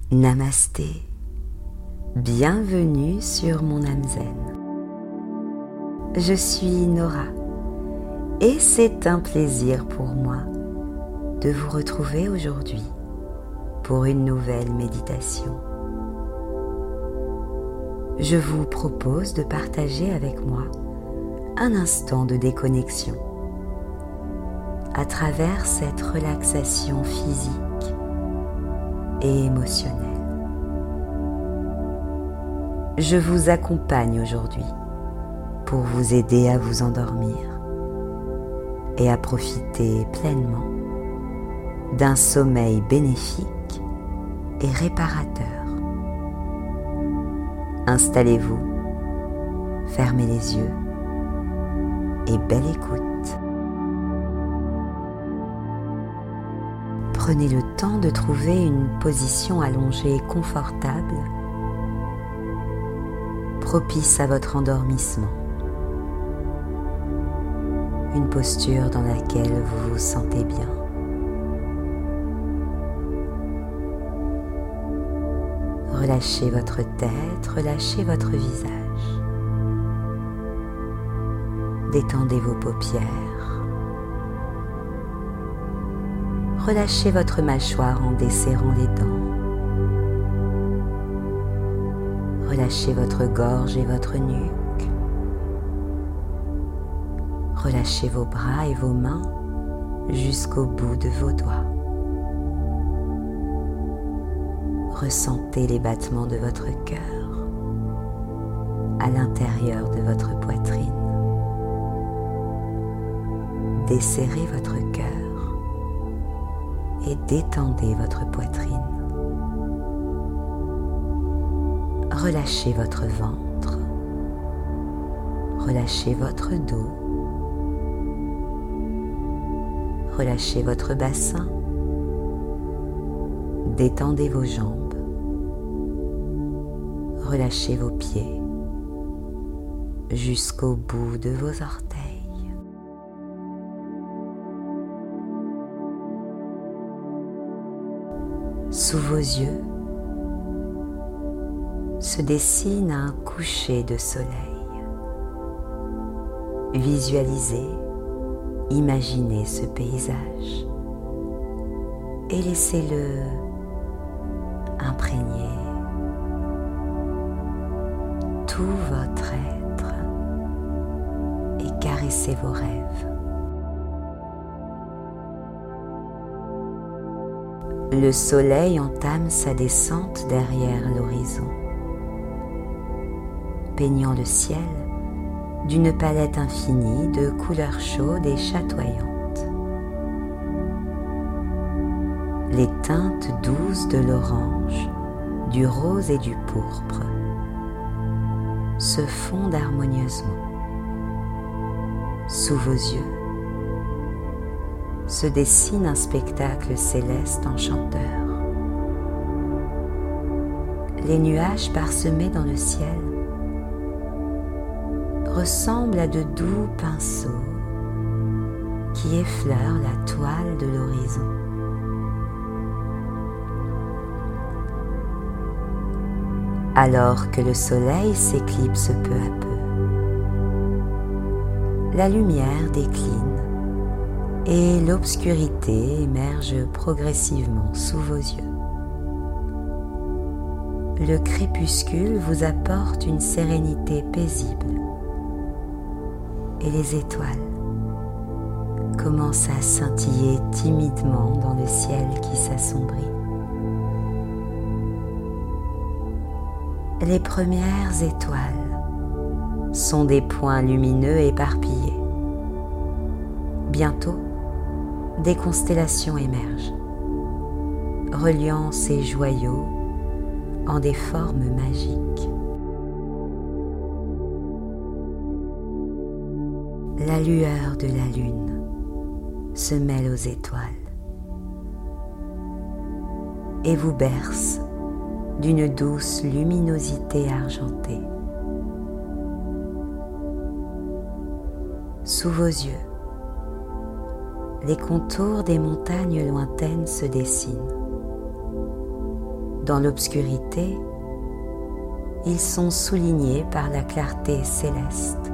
Namasté, bienvenue sur mon âme zen. Je suis Nora et c'est un plaisir pour moi de vous retrouver aujourd'hui pour une nouvelle méditation. Je vous propose de partager avec moi un instant de déconnexion à travers cette relaxation physique et émotionnelle. Je vous accompagne aujourd'hui pour vous aider à vous endormir et à profiter pleinement d'un sommeil bénéfique et réparateur. Installez-vous, fermez les yeux et belle écoute. Prenez le temps de trouver une position allongée confortable, propice à votre endormissement. Une posture dans laquelle vous vous sentez bien. Relâchez votre tête, relâchez votre visage. Détendez vos paupières. Relâchez votre mâchoire en desserrant les dents. Relâchez votre gorge et votre nuque. Relâchez vos bras et vos mains jusqu'au bout de vos doigts. Ressentez les battements de votre cœur à l'intérieur de votre poitrine. Desserrez votre cœur et détendez votre poitrine. Relâchez votre ventre, relâchez votre dos, relâchez votre bassin, détendez vos jambes, relâchez vos pieds jusqu'au bout de vos orteils. Sous vos yeux se dessine un coucher de soleil. Visualisez, imaginez ce paysage et laissez-le imprégner tout votre être et caressez vos rêves. Le soleil entame sa descente derrière l'horizon, peignant le ciel d'une palette infinie de couleurs chaudes et chatoyantes. Les teintes douces de l'orange, du rose et du pourpre se fondent harmonieusement. Sous vos yeux se dessine un spectacle céleste enchanteur. Les nuages parsemés dans le ciel ressemblent à de doux pinceaux qui effleurent la toile de l'horizon. Alors que le soleil s'éclipse peu à peu, la lumière décline et l'obscurité émerge progressivement sous vos yeux. Le crépuscule vous apporte une sérénité paisible et les étoiles commencent à scintiller timidement dans le ciel qui s'assombrit. Les premières étoiles sont des points lumineux éparpillés. Bientôt, des constellations émergent, reliant ces joyaux en des formes magiques. La lueur de la lune se mêle aux étoiles et vous berce d'une douce luminosité argentée. Sous vos yeux, les contours des montagnes lointaines se dessinent, Dans l'obscurité, ils sont soulignés par la clarté céleste.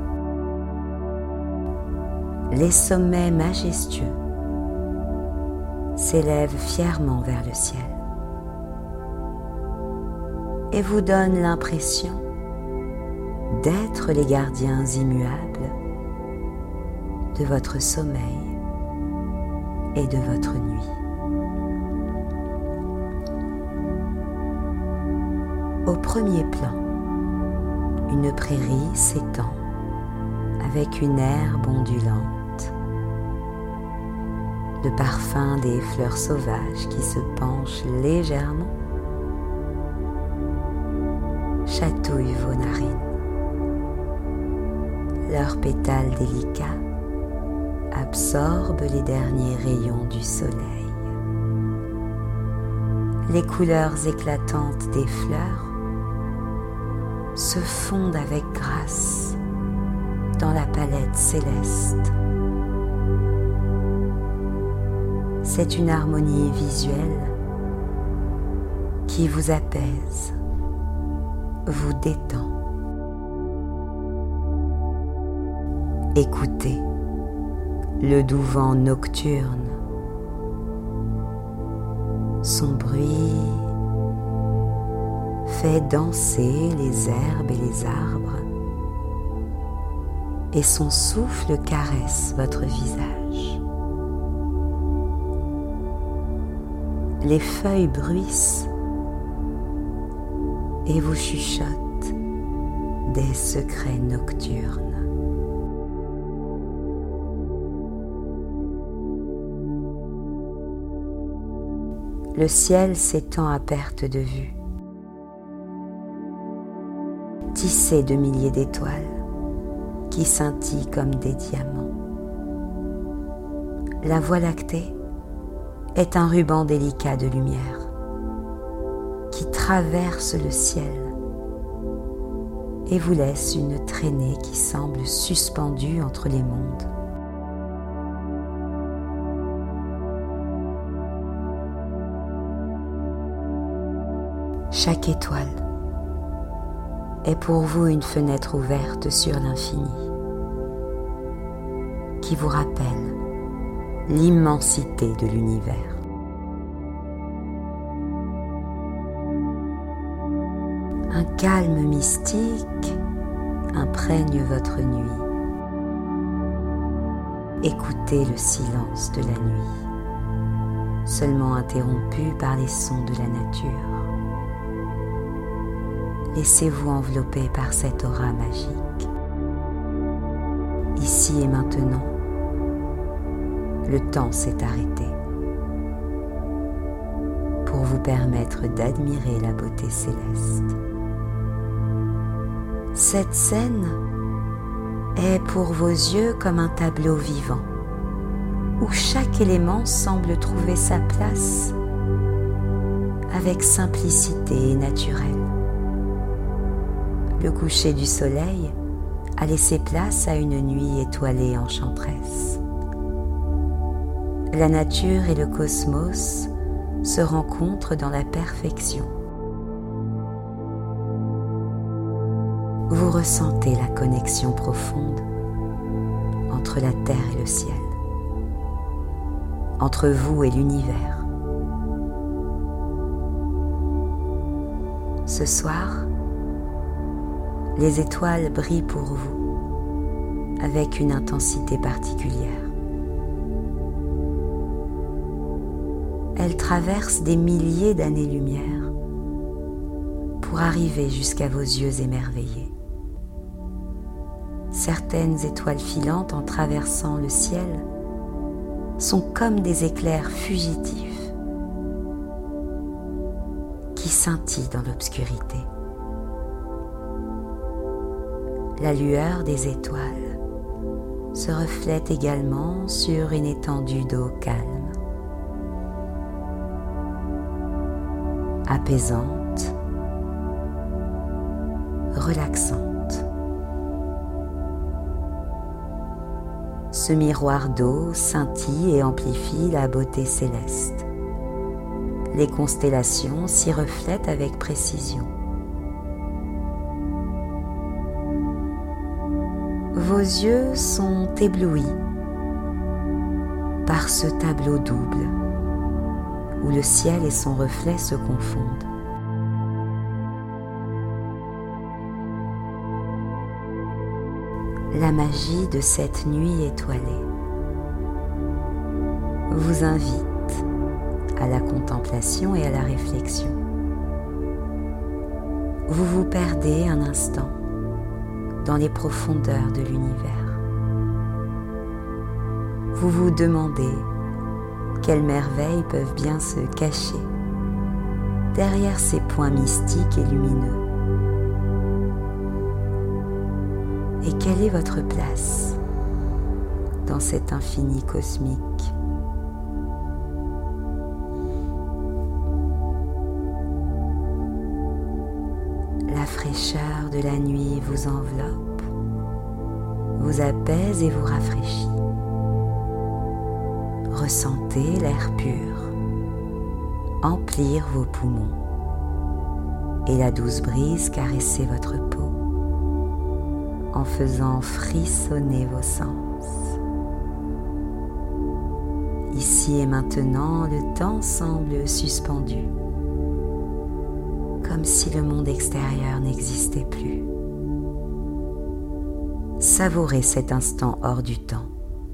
Les sommets majestueux s'élèvent fièrement vers le ciel et vous donnent l'impression d'être les gardiens immuables de votre sommeil et de votre nuit. Au premier plan, une prairie s'étend avec une herbe ondulante, le parfum des fleurs sauvages qui se penchent légèrement chatouille vos narines. Leurs pétales délicats absorbent les derniers rayons du soleil. Les couleurs éclatantes des fleurs se fondent avec grâce dans la palette céleste. C'est une harmonie visuelle qui vous apaise, vous détend. Écoutez le doux vent nocturne. Son bruit fait danser les herbes et les arbres, et son souffle caresse votre visage. Les feuilles bruissent et vous chuchotent des secrets nocturnes. Le ciel s'étend à perte de vue, tissé de milliers d'étoiles qui scintillent comme des diamants. La Voie lactée est un ruban délicat de lumière qui traverse le ciel et vous laisse une traînée qui semble suspendue entre les mondes. Chaque étoile est pour vous une fenêtre ouverte sur l'infini qui vous rappelle l'immensité de l'univers. Un calme mystique imprègne votre nuit. Écoutez le silence de la nuit, seulement interrompu par les sons de la nature. Laissez-vous envelopper par cette aura magique. Ici et maintenant, le temps s'est arrêté pour vous permettre d'admirer la beauté céleste. Cette scène est pour vos yeux comme un tableau vivant, où chaque élément semble trouver sa place avec simplicité et naturel. Le coucher du soleil a laissé place à une nuit étoilée enchanteresse. La nature et le cosmos se rencontrent dans la perfection. Vous ressentez la connexion profonde entre la terre et le ciel, entre vous et l'univers. Ce soir, les étoiles brillent pour vous avec une intensité particulière. Elles traversent des milliers d'années-lumière pour arriver jusqu'à vos yeux émerveillés. Certaines étoiles filantes en traversant le ciel sont comme des éclairs fugitifs qui scintillent dans l'obscurité. La lueur des étoiles se reflète également sur une étendue d'eau calme, apaisante, relaxante. Ce miroir d'eau scintille et amplifie la beauté céleste, Les constellations s'y reflètent avec précision. Vos yeux sont éblouis par ce tableau double où le ciel et son reflet se confondent. La magie de cette nuit étoilée vous invite à la contemplation et à la réflexion. Vous vous perdez un instant dans les profondeurs de l'univers. Vous vous demandez quelles merveilles peuvent bien se cacher derrière ces points mystiques et lumineux. Et quelle est votre place dans cet infini cosmique? La fraîcheur de la nuit vous enveloppe, vous apaise et vous rafraîchit. Ressentez l'air pur emplir vos poumons et la douce brise caresser votre peau en faisant frissonner vos sens. Ici et maintenant, le temps semble suspendu, comme si le monde extérieur n'existait plus. Savourez cet instant hors du temps.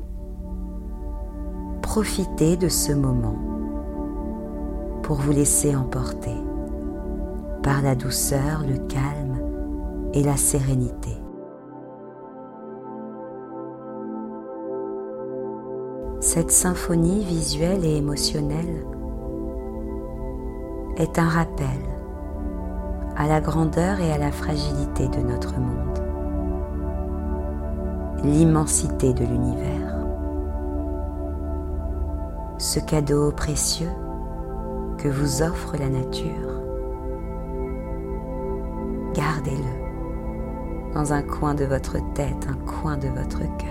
Profitez de ce moment pour vous laisser emporter par la douceur, le calme et la sérénité. Cette symphonie visuelle et émotionnelle est un rappel à la grandeur et à la fragilité de notre monde, l'immensité de l'univers. Ce cadeau précieux que vous offre la nature, gardez-le dans un coin de votre tête, un coin de votre cœur.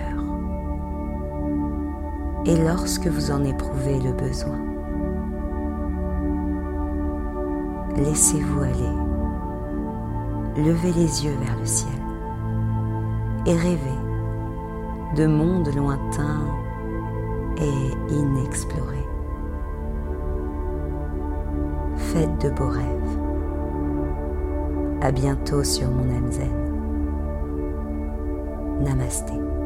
Et lorsque vous en éprouvez le besoin, laissez-vous aller, levez les yeux vers le ciel et rêvez de mondes lointains et inexplorés. Faites de beaux rêves. À bientôt sur mon âme zen. Namasté.